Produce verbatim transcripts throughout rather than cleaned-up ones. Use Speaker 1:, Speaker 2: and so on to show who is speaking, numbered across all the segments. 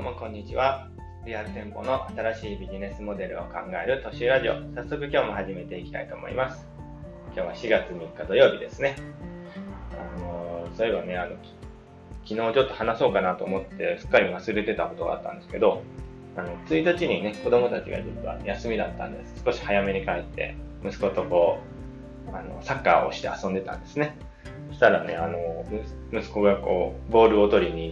Speaker 1: もこんにちは。リアル店舗の新しいビジネスモデルを考える都市ラジオ。早速今日も始めていきたいと思います。今日はしがつみっか土曜日ですね。あのー、そういえばね、あの、昨日ちょっと話そうかなと思ってすっかり忘れてたことがあったんですけど、あのついたちにね、子供たちが実は休みだったんです。少し早めに帰って、息子とこう、あのサッカーをして遊んでたんですね。そしたらね、あの、息子がこう、ボールを取りに行って、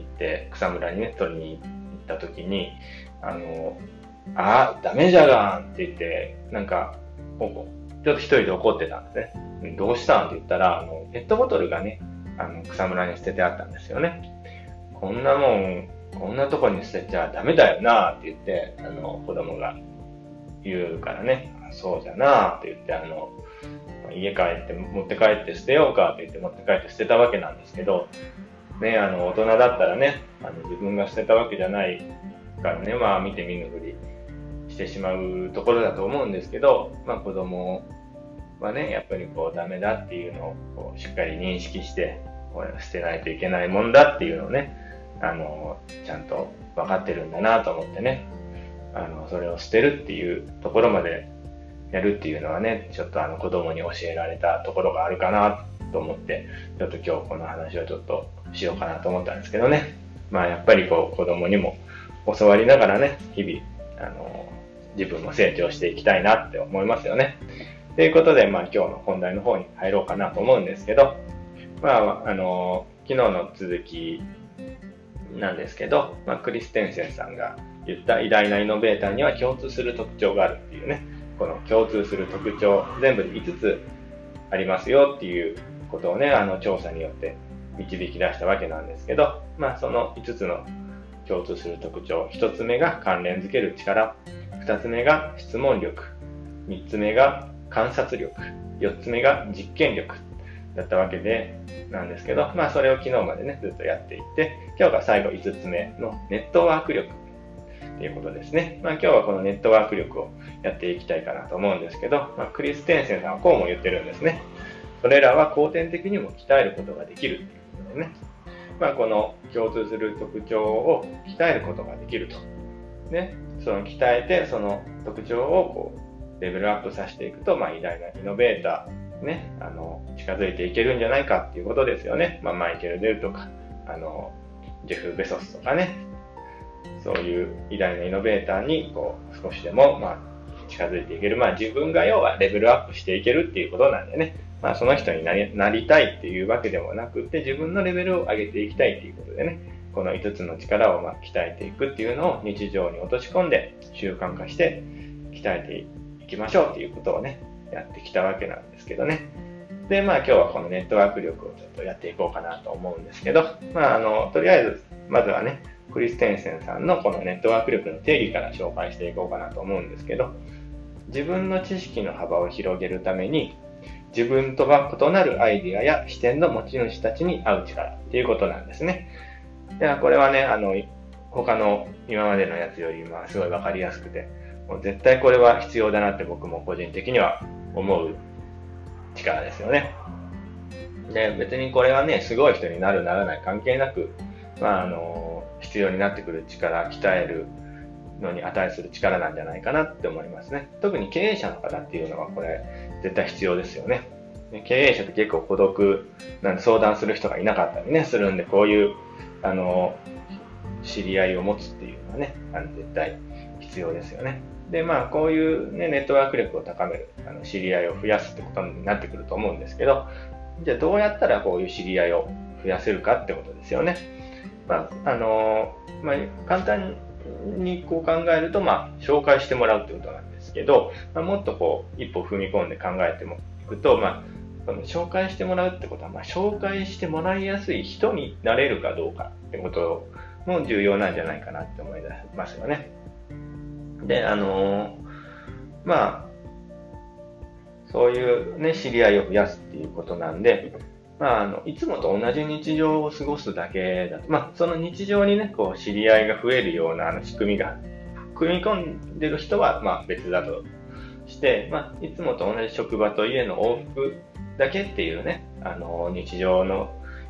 Speaker 1: 草むらにね、取りに行った時に、あの、あー、ダメじゃがんって言って、なんか、ちょっと一人で怒ってたんですね。どうしたんって言ったら、あの、ペットボトルがね、あの、草むらに捨ててあったんですよね。こんなもん、こんなとこに捨てちゃダメだよなって言って、あの、子供が言うからね、そうじゃなって言って、あの、家帰って持って帰って捨てようかって言って持って帰って捨てたわけなんですけど、ね、あの大人だったらね、あの自分が捨てたわけじゃないからね、まあ見て見ぬふりしてしまうところだと思うんですけど、まあ子供はね、やっぱりこうダメだっていうのをこうしっかり認識して、これ捨てないといけないもんだっていうのをね、あのちゃんと分かってるんだなと思ってね、あのそれを捨てるっていうところまでやるっていうのはね、ちょっとあの子供に教えられたところがあるかなと思って、ちょっと今日この話をちょっとしようかなと思ったんですけどね。まあやっぱりこう子供にも教わりながらね、日々、あの、自分も成長していきたいなって思いますよね。ということで、まあ今日の本題の方に入ろうかなと思うんですけど、まああの、昨日の続きなんですけど、まあ、クリステンセンさんが言った偉大なイノベーターには共通する特徴があるっていうね、この共通する特徴、全部でいつつありますよっていうことをね、あの調査によって導き出したわけなんですけど、まあそのいつつの共通する特徴、ひとつめが関連づける力、ふたつめが質問力、みっつめが観察力、よっつめが実験力だったわけでなんですけど、まあそれを昨日までね、ずっとやっていって、今日が最後いつつめのネットワーク力ということですね。まあ今日はこのネットワーク力をやっていきたいかなと思うんですけど、まあ、クリステンセンさんはこうも言ってるんですね。それらは後天的にも鍛えることができるということでね。まあこの共通する特徴を鍛えることができると。ね。その鍛えてその特徴をこうレベルアップさせていくと、まあ偉大なイノベーター、ね、あの、近づいていけるんじゃないかっていうことですよね。まあマイケル・デルとか、あの、ジェフ・ベソスとかね。そういう偉大なイノベーターにこう少しでもまあ近づいていける。まあ自分が要はレベルアップしていけるっていうことなんでね。まあその人になり、なりたいっていうわけでもなくて、自分のレベルを上げていきたいっていうことでね。このいつつの力をまあ鍛えていくっていうのを日常に落とし込んで習慣化して鍛えていきましょうっていうことをね、やってきたわけなんですけどね。で、まあ今日はこのネットワーク力をちょっとやっていこうかなと思うんですけど、まああの、とりあえず、まずはね、クリステンセンさんのこのネットワーク力の定義から紹介していこうかなと思うんですけど、自分の知識の幅を広げるために自分とは異なるアイディアや視点の持ち主たちに会う力っていうことなんですね。いや、これはね、あの他の今までのやつよりまあすごいわかりやすくて、もう絶対これは必要だなって僕も個人的には思う力ですよね。で、別にこれはね、すごい人になるならない関係なく、まああの必要になってくる力、鍛えるのに値する力なんじゃないかなって思いますね。特に経営者の方っていうのはこれ絶対必要ですよね。経営者って結構孤独なんで相談する人がいなかったりね、するんで、こういうあの知り合いを持つっていうのはね、あの絶対必要ですよね。で、まあこういう、ね、ネットワーク力を高める、あの知り合いを増やすってことになってくると思うんですけど、じゃあどうやったらこういう知り合いを増やせるかってことですよね。まああのまあ、簡単にこう考えると、まあ、紹介してもらうってことなんですけど、まあ、もっとこう一歩踏み込んで考えていくと、まあ、その紹介してもらうってことは、まあ、紹介してもらいやすい人になれるかどうかってことも重要なんじゃないかなって思いますよね。で、あのまあそういうね、知り合いを増やすっていうことなんで、まあ、あのいつもと同じ日常を過ごすだけだと、まあ、その日常にね、こう知り合いが増えるようなあの仕組みが組み込んでる人はまあ別だとして、まあ、いつもと同じ職場と家の往復だけっていうね、あの日常の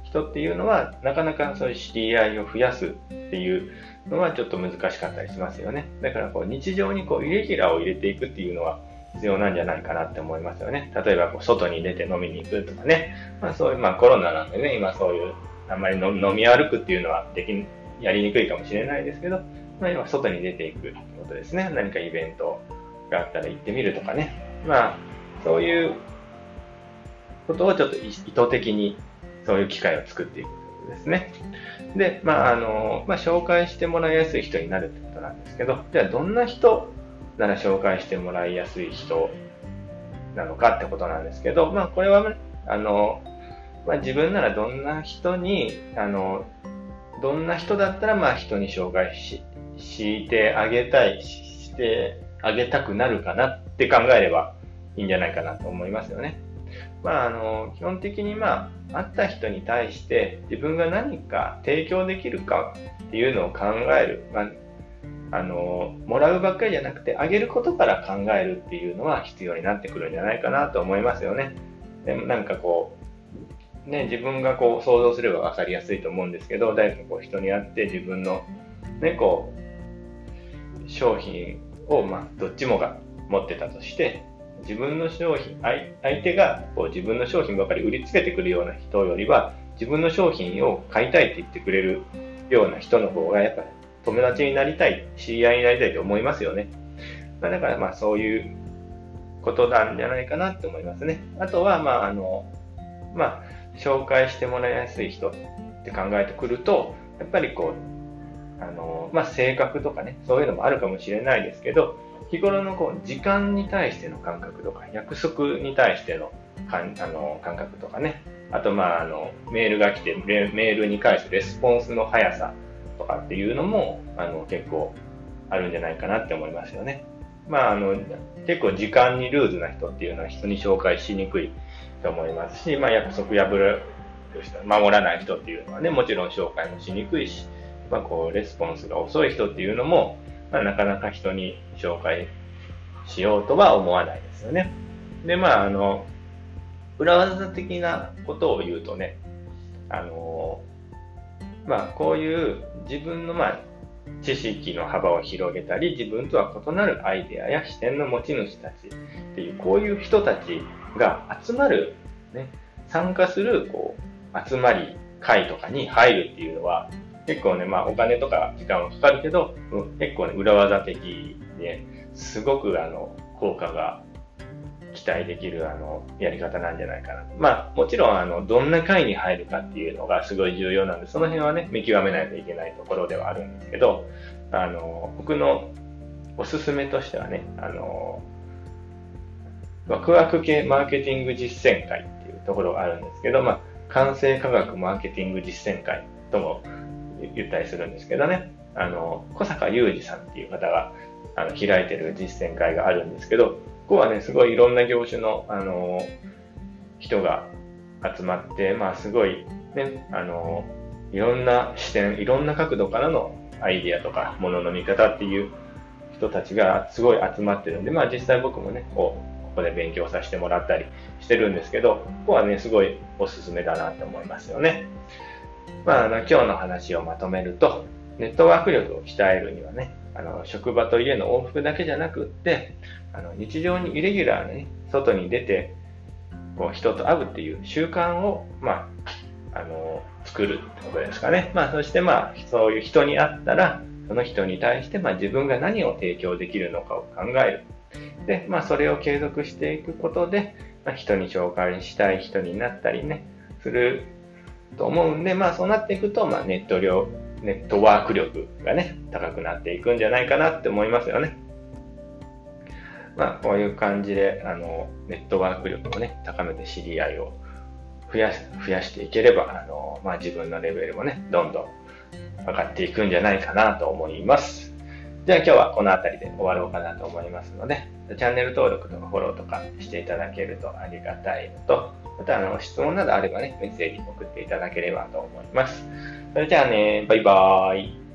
Speaker 1: 人っていうのは、なかなかそういう知り合いを増やすっていうのはちょっと難しかったりしますよね。だからこう日常にこうイレギュラーを入れていくっていうのは必要なんじゃないかなって思いますよね。例えばこう外に出て飲みに行くとかね。まあそういう、まあコロナなんでね、今そういう、あんまり飲み歩くっていうのはでき、やりにくいかもしれないですけど、まあ今外に出ていくってことですね。何かイベントがあったら行ってみるとかね。まあそういうことをちょっと意図的にそういう機会を作っていくということですね。で、まああの、まあ紹介してもらいやすい人になるってことなんですけど、じゃあどんな人なら紹介してもらいやすい人なのかってことなんですけど、まあこれは、あの、まあ自分ならどんな人に、あの、どんな人だったらまあ人に紹介し、してあげたい、してあげたくなるかなって考えればいいんじゃないかなと思いますよね。まああの、基本的にまあ、会った人に対して自分が何か提供できるかっていうのを考える。まああの、もらうばっかりじゃなくて、あげることから考えるっていうのは必要になってくるんじゃないかなと思いますよね。でもなんかこう、ね、自分がこう想像すれば分かりやすいと思うんですけど、誰かこう人に会って自分の、ね、こう、商品を、まあ、どっちもが持ってたとして、自分の商品、相手がこう自分の商品ばかり売りつけてくるような人よりは、自分の商品を買いたいって言ってくれるような人の方がやっぱり友達になりたい、知り合いになりたいと思いますよね。まあ、だからまあそういうことなんじゃないかなと思いますね。あとはまああの、まあ紹介してもらいやすい人って考えてくると、やっぱりこう、あの、まあ性格とかね、そういうのもあるかもしれないですけど、日頃のこう時間に対しての感覚とか、約束に対しての感、あの感覚とかね、あとまああのメールが来てメールに返すレスポンスの速さとかっていうのもあの結構あるんじゃないかなって思いますよね。まああの結構時間にルーズな人っていうのは人に紹介しにくいと思いますし、まあ約束破る人、守らない人っていうのはね、もちろん紹介もしにくいし、まあこうレスポンスが遅い人っていうのも、まあ、なかなか人に紹介しようとは思わないですよね。でまああの裏技的なことを言うとね、あのまあこういう自分のまあ知識の幅を広げたり、自分とは異なるアイデアや視点の持ち主たちっていう、こういう人たちが集まる、ね、参加するこう集まり会とかに入るっていうのは結構ね、まあお金とか時間はかかるけど、結構ね、裏技的で、すごくあの効果が期待できるあのやり方なんじゃないかな。まあもちろんあのどんな会に入るかっていうのがすごい重要なんで、その辺はね見極めないといけないところではあるんですけど、あの僕のおすすめとしてはね、あのワクワク系マーケティング実践会っていうところがあるんですけど、まあ完成科学マーケティング実践会とも言ったりするんですけどね、あの小坂雄二さんっていう方があの開いてる実践会があるんですけど、ここはね、すごいいろんな業種の、あの人が集まって、まあすごいね、あのいろんな視点、いろんな角度からのアイディアとか、ものの見方っていう人たちがすごい集まってるんで、まあ実際僕もね、こう、ここで勉強させてもらったりしてるんですけど、ここはね、すごいおすすめだなと思いますよね。まあ、あの今日の話をまとめると、ネットワーク力を鍛えるにはね、あの職場と家の往復だけじゃなくって、あの日常にイレギュラーに、ね、外に出てこう人と会うっていう習慣を、まあ、あの作るってことですかね。まあ、そしてまあそういう人に会ったら、その人に対して、まあ、自分が何を提供できるのかを考える。で、まあ、それを継続していくことで、まあ、人に紹介したい人になったりね、すると思うんで、まあ、そうなっていくと、まあ、ネット量、ネットワーク力がね、高くなっていくんじゃないかなって思いますよね。まあ、こういう感じで、あの、ネットワーク力をね、高めて知り合いを増やし、増やしていければ、あの、まあ、自分のレベルもね、どんどん上がっていくんじゃないかなと思います。じゃあ今日はこの辺りで終わろうかなと思いますので、チャンネル登録とかフォローとかしていただけるとありがたいのと、またあの質問などあればね、メッセージ送っていただければと思います。それじゃあね、バイバーイ。